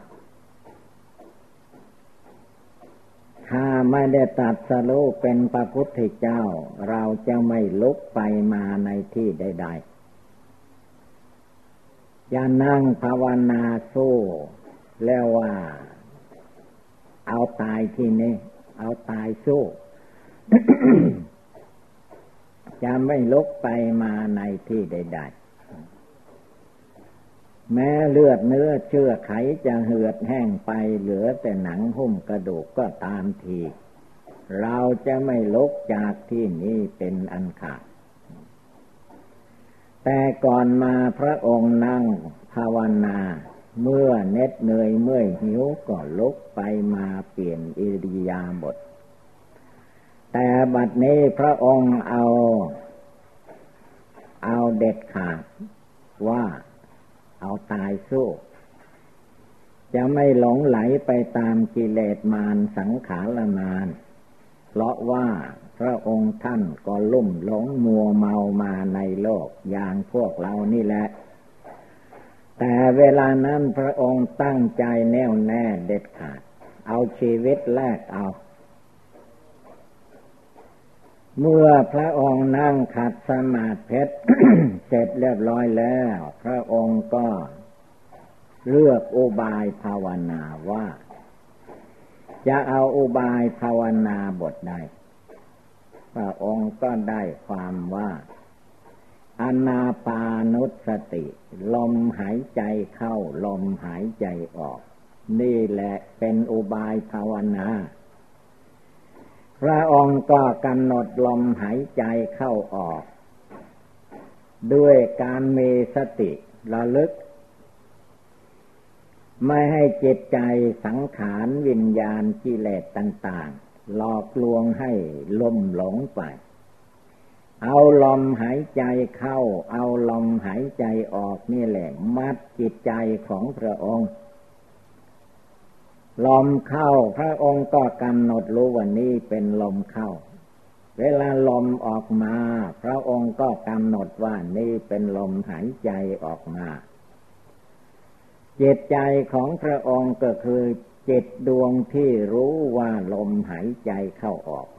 ถ้าไม่ได้ตรัสรู้เป็นพระพุทธเจ้าเราจะไม่ลุกไปมาในที่ใดๆอย่านั่งภาวนาสู้แล้วว่าเอาตายที่นี่เอาตายสู้ จะไม่ลุกไปมาในที่ใดๆแม้เลือดเนื้อเชื่อไขจะเหือดแห้งไปเหลือแต่หนังหุ้มกระดูกก็ตามทีเราจะไม่ลุกจากที่นี้เป็นอันขาดแต่ก่อนมาพระองค์นั่งภาวนาเมื่อเหน็ดเหนื่อยเมื่อยหิวก็ลุกไปมาเปลี่ยนอิริยาบถแต่บัดนี้พระองค์เอาเอาเด็ดขาดว่าเอาตายสู้จะไม่หลงไหลไปตามกิเลสมารสังขารมารเพราะว่าพระองค์ท่านก็ลุ่มหลงมัวเมามาในโลกอย่างพวกเรานี่แหละแต่เวลานั้นพระองค์ตั้งใจแน่วแน่เด็ดขาดเอาชีวิตแลกเอาเมื่อพระองค์นั่งขัดสมาธิ เสร็จเรียบร้อยแล้วพระองค์ก็เลือกอุบายภาวนาว่าจะเอาอุบายภาวนาบทใดพระองค์ก็ได้ความว่าอานาปานุสติลมหายใจเข้าลมหายใจออกนี่แหละเป็นอุบายภาวนาพระองค์ก็กำหนดลมหายใจเข้าออกด้วยการมีสติระลึกไม่ให้จิตใจสังขารวิญญาณกิเลสต่างๆหลอกลวงให้ล่มหลงไปเอาลมหายใจเข้าเอาลมหายใจออกนี่แหละมัดจิตใจของพระองค์ลมเข้าพระองค์ก็กำหนดรู้ว่านี่เป็นลมเข้าเวลาลมออกมาพระองค์ก็กำหนดว่านี่เป็นลมหายใจออกมาจิตใจของพระองค์ก็คือจิตดวงที่รู้ว่าลมหายใจเข้าออก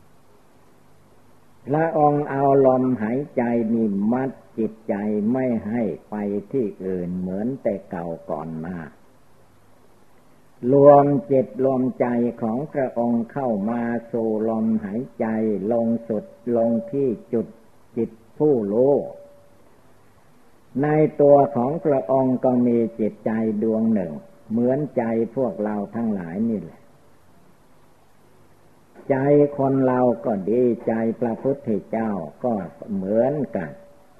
พระองค์เอาลมหายใจนี่มัดจิตใจไม่ให้ไปที่อื่นเหมือนแต่เก่าก่อนมารวมจิตรวมใจของพระองค์เข้ามาสู่ลมหายใจลงสุดลงที่จุดจิตผู้รู้ในตัวของพระองค์ก็มีจิตใจดวงหนึ่งเหมือนใจพวกเราทั้งหลายนี่แหละใจคนเราก็ดีใจพระพุทธเจ้าก็เหมือนกัน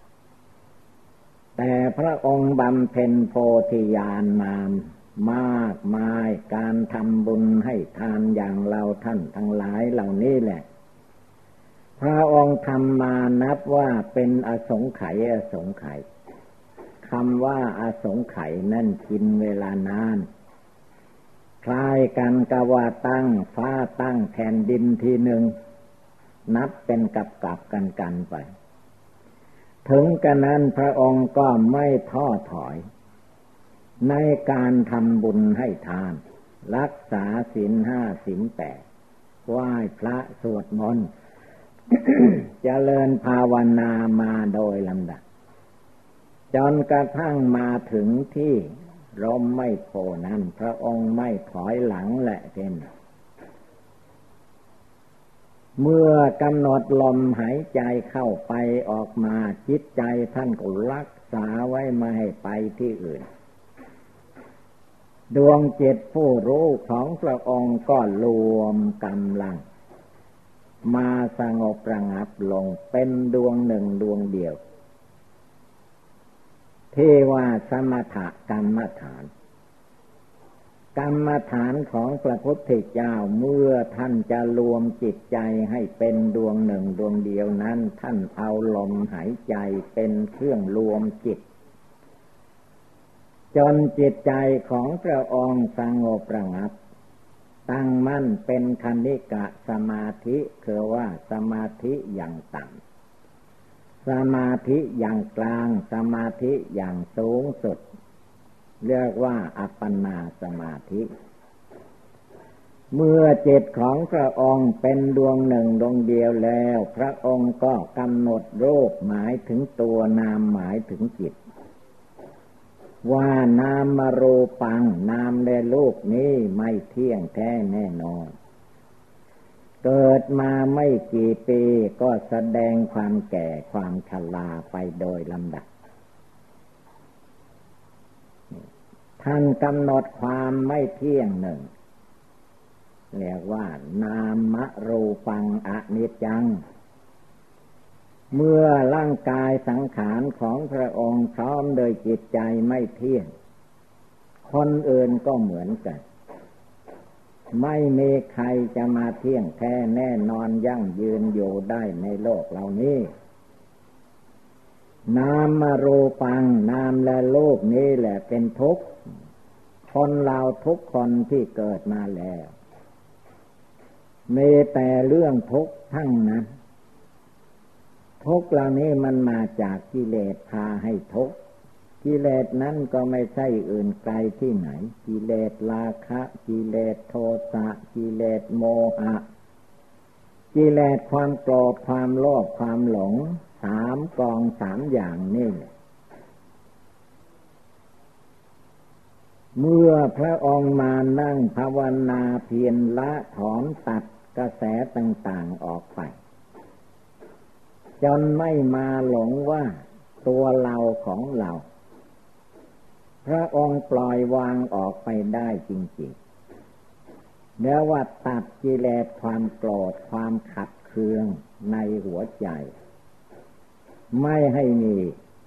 แต่พระองค์บำเพ็ญโพธิญาณมามากมายการทำบุญให้ทานอย่างเราท่านทั้งหลายเหล่านี้แหละพระองค์ทำมานับว่าเป็นอสงไขยอสงไขยคำว่าอสงไขยนั่นกินเวลานานคล้ายกันกับว่าตั้งฟ้าตั้งแผ่นดินทีหนึ่งนับเป็นกับกับกันกันไปถึงกระนั้นพระองค์ก็ไม่ท้อถอยในการทำบุญให้ทานรักษาศีลห้าศีลแปดไหว้พระสวดมนต์ เจริญภาวนามาโดยลำดับจนกระทั่งมาถึงที่ร่มไม่โพนั้นพระองค์ไม่ถอยหลังแหละเช่นเมื่อกำหนดลมหายใจเข้าไปออกมาจิตใจท่านก็รักษาไว้ไม่ให้ไปที่อื่นดวงจิตผู้รู้ของพระองค์ก็รวมกำลังมาสงบระงับลงเป็นดวงหนึ่งดวงเดียวที่ว่าสมถกรรมฐานกรรมฐานของพระพุทธเจ้าเมื่อท่านจะรวมจิตใจให้เป็นดวงหนึ่งดวงเดียวนั้นท่านเอาลมหายใจเป็นเครื่องรวมจิตจนจิตใจของพระองค์สงบระงับตั้งมั่นเป็นคณิกะสมาธิคือว่าสมาธิอย่างต่ำสมาธิอย่างกลางสมาธิอย่างสูงสุดเรียกว่าอัปปนาสมาธิเมื่อจิตของพระองค์เป็นดวงหนึ่งดวงเดียวแล้วพระองค์ก็กำหนดรูปหมายถึงตัวนามหมายถึงจิตว่านามรูปังนามและรูปนี้ไม่เที่ยงแท้แน่นอนเกิดมาไม่กี่ปีก็แสดงความแก่ความชราไปโดยลำดับท่านกำหนดความไม่เที่ยงหนึ่งเรียกว่านามรูปังอนิจจังเมื่อร่างกายสังขารของพระองค์พร้อมโดยจิตใจไม่เที่ยงคนอื่นก็เหมือนกันไม่มีใครจะมาเที่ยงแท้แน่นอนยั่งยืนอยู่ได้ในโลกเหล่านี้นามรูปังนามและรูปนี้แหละเป็นทุกข์คนเราทุกคนที่เกิดมาแล้วมีแต่เรื่องทุกข์ทั้งนั้นทุกข์เหล่านี้มันมาจากกิเลสพาให้ทุกข์กิเลสนั้นก็ไม่ใช่อื่นไกลที่ไหนกิเลสราคะกิเลสโทสะกิเลสโมหะกิเลสความโกรธความโลภความหลงสามกองสามอย่างนี่เมื่อพระองค์มานั่งภาวนาเพียรละถอนตัดกระแสต่างๆออกไปจนไม่มาหลงว่าตัวเราของเราพระองค์ปล่อยวางออกไปได้จริงๆแล้วว่าตัดกิเลสความโกรธความขัดเคืองในหัวใจไม่ให้มี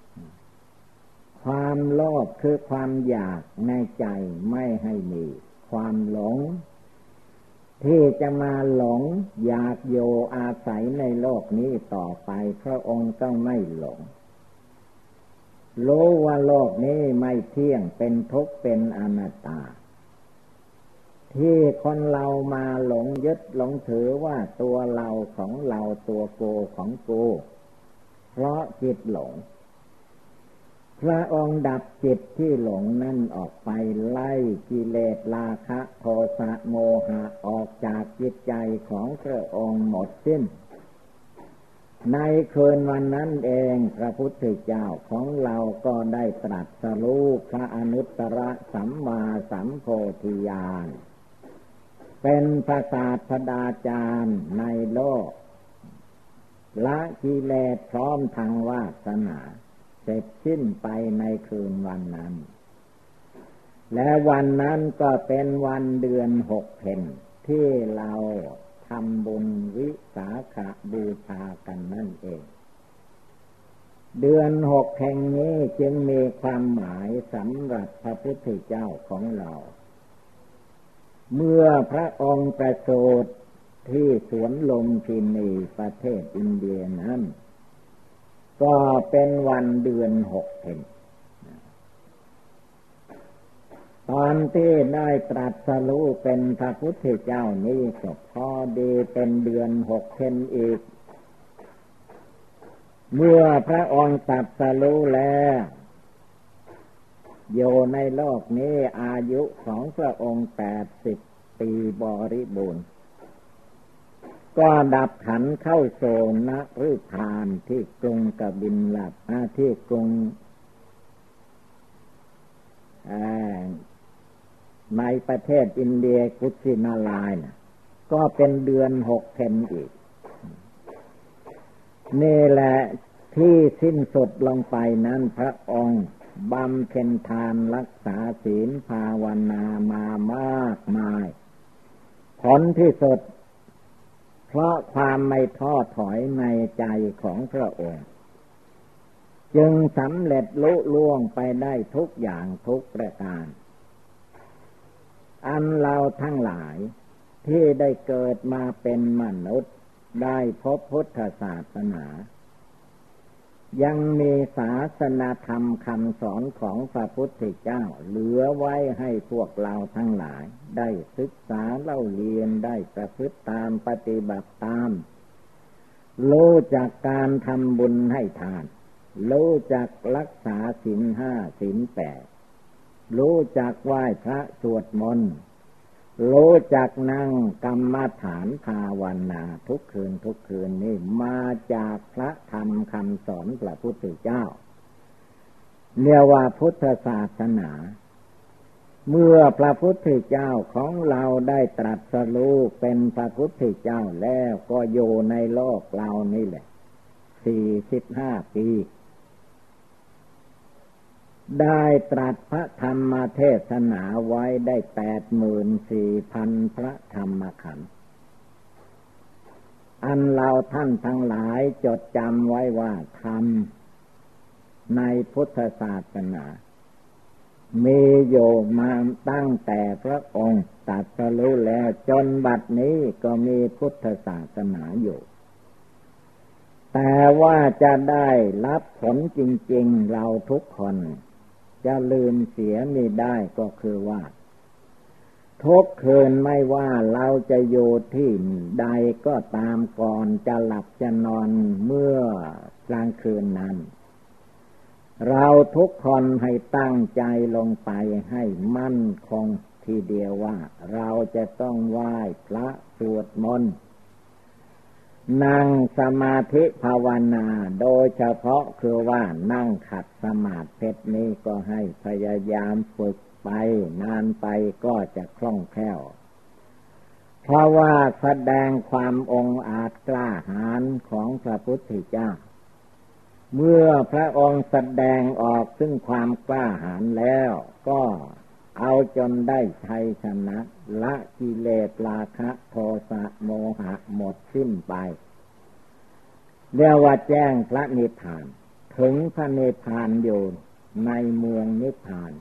ความโลภคือความอยากในใจไม่ให้มีความหลงที่จะมาหลงอยากโยอาศัยในโลกนี้ต่อไปพระองค์ต้องไม่หลงรู้ว่าโลกนี้ไม่เที่ยงเป็นทุกข์เป็นอนัตตาที่คนเรามาหลงยึดหลงถือว่าตัวเราของเราตัวโกของโกเพราะจิตหลงพระองค์ดับจิตที่หลงนั่นออกไปไล่กิเลสราคะโทสะโมหะออกจากจิตใจของพระองค์หมดสิ้นในคืนวันนั้นเองพระพุทธเจ้าของเราก็ได้ตรัสรู้พระอนุตตรสัมมาสัมโพธิญาณเป็นพระศาสดาจารย์ในโลกละกิเลสพร้อมทางวาสนาเสร็จสิ้นไปในคืนวันนั้นและวันนั้นก็เป็นวันเดือนหกเพ็ญที่เราทำบุญวิสาขบูชากันนั่นเองเดือนหกแห่งนี้จึงมีความหมายสำหรับพระพุทธเจ้าของเราเมื่อพระองค์ประสูติที่สวนลุมพินีประเทศอินเดียนั้นก็เป็นวันเดือนหกเพ็ญตอนที่ได้ตรัสรู้เป็นพระพุทธเจ้านี้ก็พอดีเป็นเดือนหกเพ็ญอีกเมื่อพระองค์ตรัสรู้แล้วอยู่ในโลกนี้อายุของพระองค์แปดสิบปีบริบูรณ์ก็ดับขันเข้าโซนฤพานที่กรุงกบิลพัสที่กรุงในประเทศอินเดียกุสินาลายนะก็เป็นเดือนหกเพ็ญอีกนี่แหละที่สิ้นสุดลงไปนั้นพระองค์บำเพ็ญทานรักษาศีลภาวนามามากมายผลที่สุดเพราะความไม่ท้อถอยในใจของพระองค์จึงสำเร็จลุล่วงไปได้ทุกอย่างทุกประการอันเราทั้งหลายที่ได้เกิดมาเป็นมนุษย์ได้พบพุทธศาสนายังมีศาสนาธรรมคำสอนของพระพุทธเจ้าเหลือไว้ให้พวกเราทั้งหลายได้ศึกษาเล่าเรียนได้ประพฤติตามปฏิบัติตามรู้จักการทำบุญให้ทานรู้จักรักษาศีลห้าศีลแปดรู้จักไหว้พระสวดมนต์รู้จักนั่งกรรมฐานภาวนาทุกคืนทุกคืนนี่มาจากพระธรรมคำสอนพระพุทธเจ้าเรียกว่าพุทธศาสนาเมื่อพระพุทธเจ้าของเราได้ตรัสรู้เป็นพระพุทธเจ้าแล้วก็อยู่ในโลกเรานี่แหละสี่สิบห้าปีได้ตรัสพระธรรมเทศนาไว้ได้แปดหมื่นสี่พันพระธรรมขันธ์อันเราท่านทั้งหลายจดจำไว้ว่าธรรมในพุทธศาสนามีอยู่มาตั้งแต่พระองค์ตรัสรู้แล้วจนบัดนี้ก็มีพุทธศาสนาอยู่แต่ว่าจะได้รับผลจริงๆเราทุกคนจะลืมเสียไม่ได้ก็คือว่าทุกคืนไม่ว่าเราจะอยู่ที่ใดก็ตามก่อนจะหลับจะนอนเมื่อกลางคืนนั้นเราทุกคนให้ตั้งใจลงไปให้มั่นคงทีเดียวว่าเราจะต้องไหว้พระสวดมนต์นั่งสมาธิภาวนาโดยเฉพาะคือว่านั่งขัดสมาธินี้ก็ให้พยายามฝึกไปนานไปก็จะคล่องแคล่วเพราะว่าแสดงความองอาจกล้าหาญของพระพุทธเจ้าเมื่อพระองค์แสดงออกซึ่งความกล้าหาญแล้วก็เอาจนได้ชัยชนะละกิเลสราคะโทสะโมหะหมดสิ้นไปเรียกว่าแจ้งพระนิพพานถึงพระนิพพานอยู่ในเมืองนิพพาน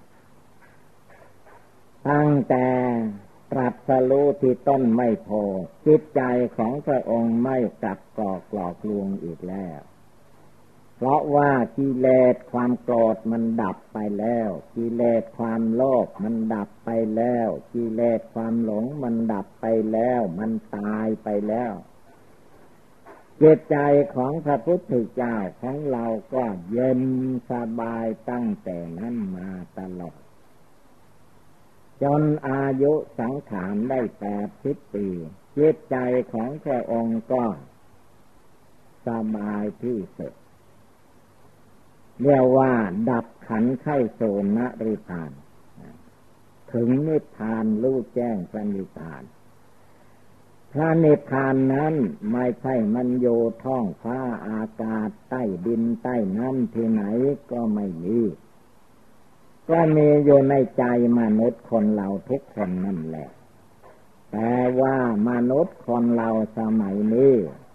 ตั้งแต่ตรัสรู้ที่ต้นไม่พอจิตใจของพระองค์ไม่กลับกอกหลอกลวงอีกแล้วเพราะว่ากิเลสความโกรธมันดับไปแล้วกิเลสความโลภมันดับไปแล้วกิเลสความหลงมันดับไปแล้วมันตายไปแล้วจิตใจของพระพุทธเจ้าของเราก็เย็นสบายตั้งแต่นั้นมาตลอดจนอายุสังขารได้แปดสิบปีจิตใจของพระองค์ก็สบายที่สุดเรียกว่าดับขันธ์เข้าโสนนิพพานถึงนิพพานรู้แจ้งพระนิพพานพระนิพพานนั้นไม่ใช่มันอยู่ท้องฟ้าอากาศใต้ดินใต้น้ำที่ไหนก็ไม่มีก็มีอยู่ในใจมนุษย์คนเราทุกคนนั่นแหละแต่ว่ามนุษย์คนเราสมัยนี้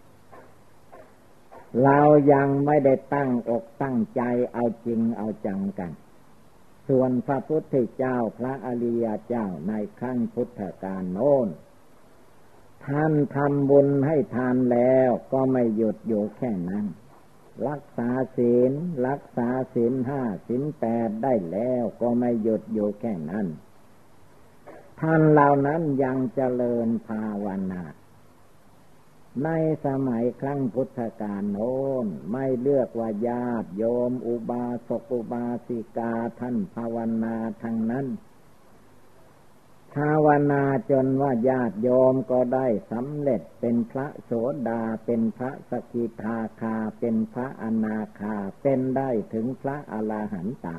เรายังไม่ได้ตั้งอกตั้งใจเอาจริงเอาจังกันส่วนพระพุทธเจ้าพระอริยเจ้าในครั้งพุทธกาลโน้นท่านทำบุญให้ทานแล้วก็ไม่หยุดอยู่แค่นั้นรักษาศีลรักษาศีลห้าศีลแปดได้แล้วก็ไม่หยุดอยู่แค่นั้นท่านเหล่านั้นยังเจริญภาวนาในสมัยครั้งพุทธกาลโน้นไม่เลือกว่าญาติโยมอุบาสกอุบาสิกาท่านภาวนาทั้งนั้นภาวนาจนว่าญาติโยมก็ได้สำเร็จเป็นพระโสดาเป็นพระสกิทาคาเป็นพระอนาคาเป็นได้ถึงพระอรหันตา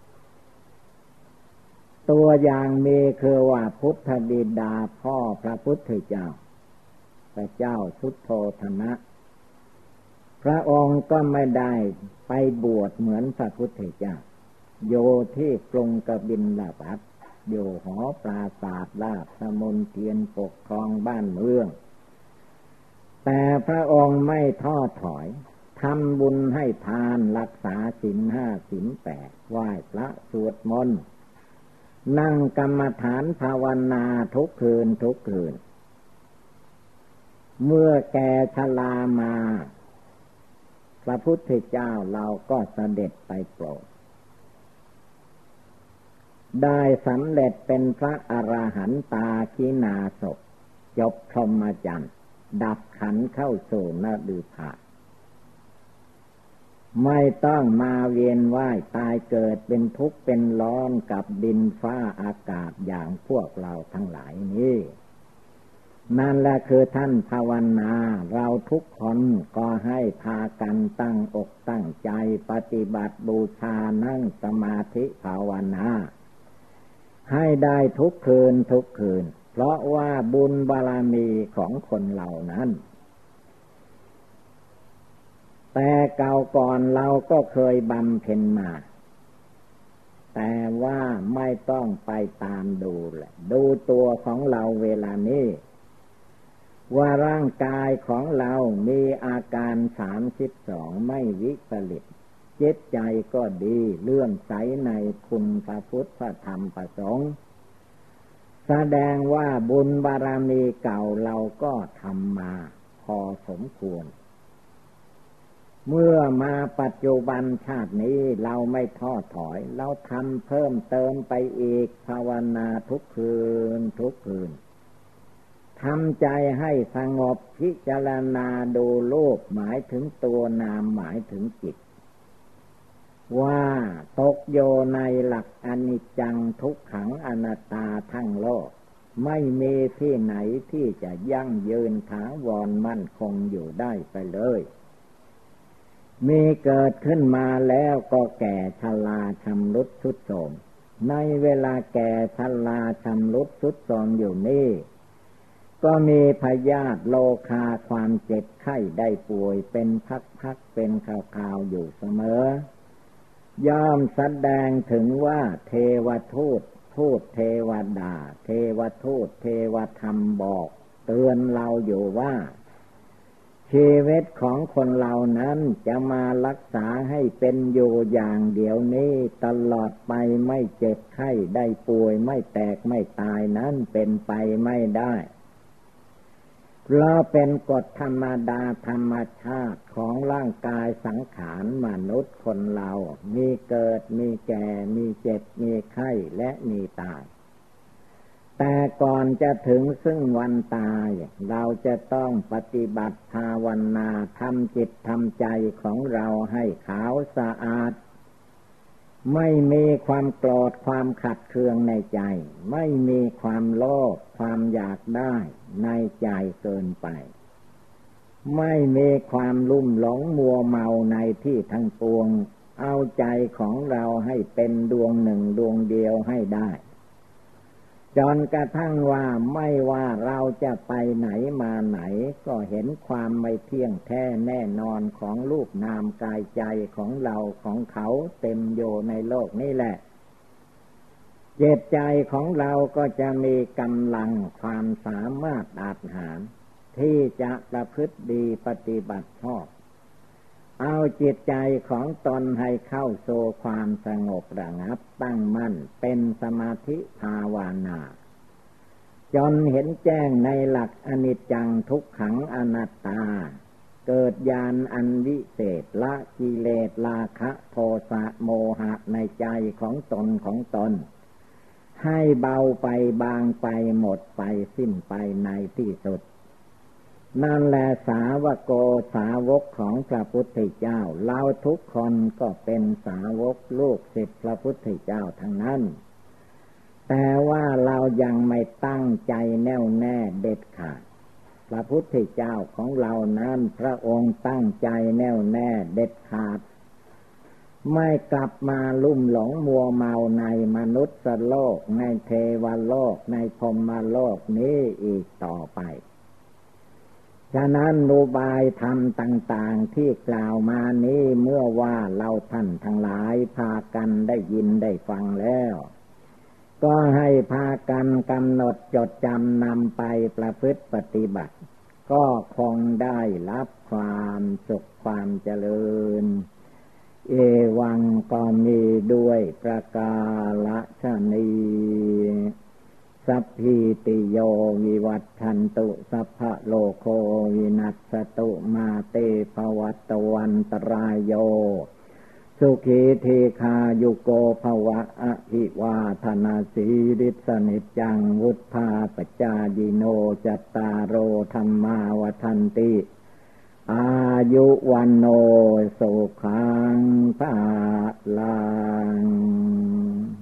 ตัวอย่างมีคือว่าพุทธบิดาพ่อพระพุทธเจ้าพระเจ้าสุโธทนะพระองค์ก็ไม่ได้ไปบวชเหมือนพระพุทธเจ้าโยที่กรุงกบิลพัสดุอยู่หอปราศาสตร์ลาภสมุนเทียนปกครองบ้านเมืองแต่พระองค์ไม่ท้อถอยทำบุญให้ทานรักษาศีลห้าศีลแปดไหว้พระสวดมนต์นั่งกรรมฐานภาวนาทุกคืนทุกคืนเมื่อแก่ชรามาพระพุทธเจ้าเราก็เสด็จไปโปรดได้สำเร็จเป็นพระอรหันตาขีณาสพจบพรหมจรรย์ดับขันธ์เข้าสู่นรกไม่ต้องมาเวียนว่ายตายเกิดเป็นทุกข์เป็นร้อนกับดินฟ้าอากาศอย่างพวกเราทั้งหลายนี้นั่นแหละคือท่านภาวนาเราทุกคนก็ให้พากันตั้งอกตั้งใจปฏิบัติบูชานั่งสมาธิภาวนาให้ได้ทุกคืนทุกคืนเพราะว่าบุญบารมีของคนเหล่านั้นแต่เก่าก่อนเราก็เคยบำเพ็ญมาแต่ว่าไม่ต้องไปตามดูแหละดูตัวของเราเวลานี้ว่าร่างกายของเรามีอาการสามสิบสองไม่วิปริตจิตใจก็ดีเลื่อมใสในคุณพระพุทธพระธรรมพระสงฆ์แสดงว่าบุญบารมีเก่าเราก็ทำมาพอสมควรเมื่อมาปัจจุบันชาตินี้เราไม่ท้อถอยเราทำเพิ่มเติมไปอีกภาวนาทุกคืนทุกคืนทำใจให้สงบพิจารณาดูรูปหมายถึงตัวนามหมายถึงจิตว่าตกโยในหลักอนิจจังทุกขังอนัตตาทั้งโลกไม่มีที่ไหนที่จะยั่งยืนถาวรมั่นคงอยู่ได้ไปเลยมีเกิดขึ้นมาแล้วก็แก่ชราชำรุดทรุดโทรมในเวลาแก่ชราชำรุดทรุดโทรมอยู่นี่ก็มีพยาธิโรคาความเจ็บไข้ได้ป่วยเป็นพักๆเป็นคราวๆอยู่เสมอย่อมแสดงถึงว่าเทวทูตทูตเทวดาเทวทูตเทวธรรมบอกเตือนเราอยู่ว่าชีวิตของคนเรานั้นจะมารักษาให้เป็นอยู่อย่างเดียวนี้ตลอดไปไม่เจ็บไข้ได้ป่วยไม่แตกไม่ตายนั้นเป็นไปไม่ได้เพราะเป็นกฎธรรมดาธรรมชาติของร่างกายสังขารมนุษย์คนเรามีเกิดมีแก่มีเจ็บมีไข้และมีตายแต่ก่อนจะถึงซึ่งวันตายเราจะต้องปฏิบัติภาวนาทำจิตทำใจของเราให้ขาวสะอาดไม่มีความโกรธความขัดเคืองในใจไม่มีความโลภความอยากได้ในใจเกินไปไม่มีความลุ่มหลงมัวเมาในที่ทั้งปวงเอาใจของเราให้เป็นดวงหนึ่งดวงเดียวให้ได้จนกระทั่งว่าไม่ว่าเราจะไปไหนมาไหนก็เห็นความไม่เที่ยงแท้แน่นอนของรูปนามกายใจของเราของเขาเต็มอยู่ในโลกนี้แหละจิตใจของเราก็จะมีกำลังความสามารถอาจหารที่จะประพฤติดีปฏิบัติชอบเอาจิตใจของตนให้เข้าสู่ความสงบระงับตั้งมั่นเป็นสมาธิภาวนาจนเห็นแจ้งในหลักอนิจจังทุกขังอนัตตาเกิดญาณอันวิเศษละกิเลสราคะโทสะโมหะในใจของตนของตนให้เบาไปบางไปหมดไปสิ้นไปในที่สุดนั่นแหละสาวกโกสาวกของพระพุทธเจ้าเราทุกคนก็เป็นสาวกลูกศิษย์พระพุทธเจ้าทั้งนั้นแต่ว่าเรายังไม่ตั้งใจแน่วแน่เด็ดขาดพระพุทธเจ้าของเรานั้นพระองค์ตั้งใจแน่วแน่เด็ดขาดไม่กลับมาลุ่มหลงมัวเมาในมนุษย์โลกในเทวโลกในพรหมโลกนี้อีกต่อไปฉะนั้นอุบายธรรมต่างๆที่กล่าวมานี้เมื่อว่าเราท่านทั้งหลายพากันได้ยินได้ฟังแล้วก็ให้พากันกำหนดจดจำนำไปประพฤติปฏิบัติก็คงได้รับความสุขความเจริญเอวังก็มีด้วยประกาศนีสัพพิติโยวิวัฏชันตุสัพพะโลกโควินัสตุมาเตภวัตวันตรายโยสุขีทีคายุโกภวะอภิวาทนาสีริสนิจจังวุฒาปจายิโนจัตตารโอธรรมาวทันติอายุวันโนสุขังภาลัง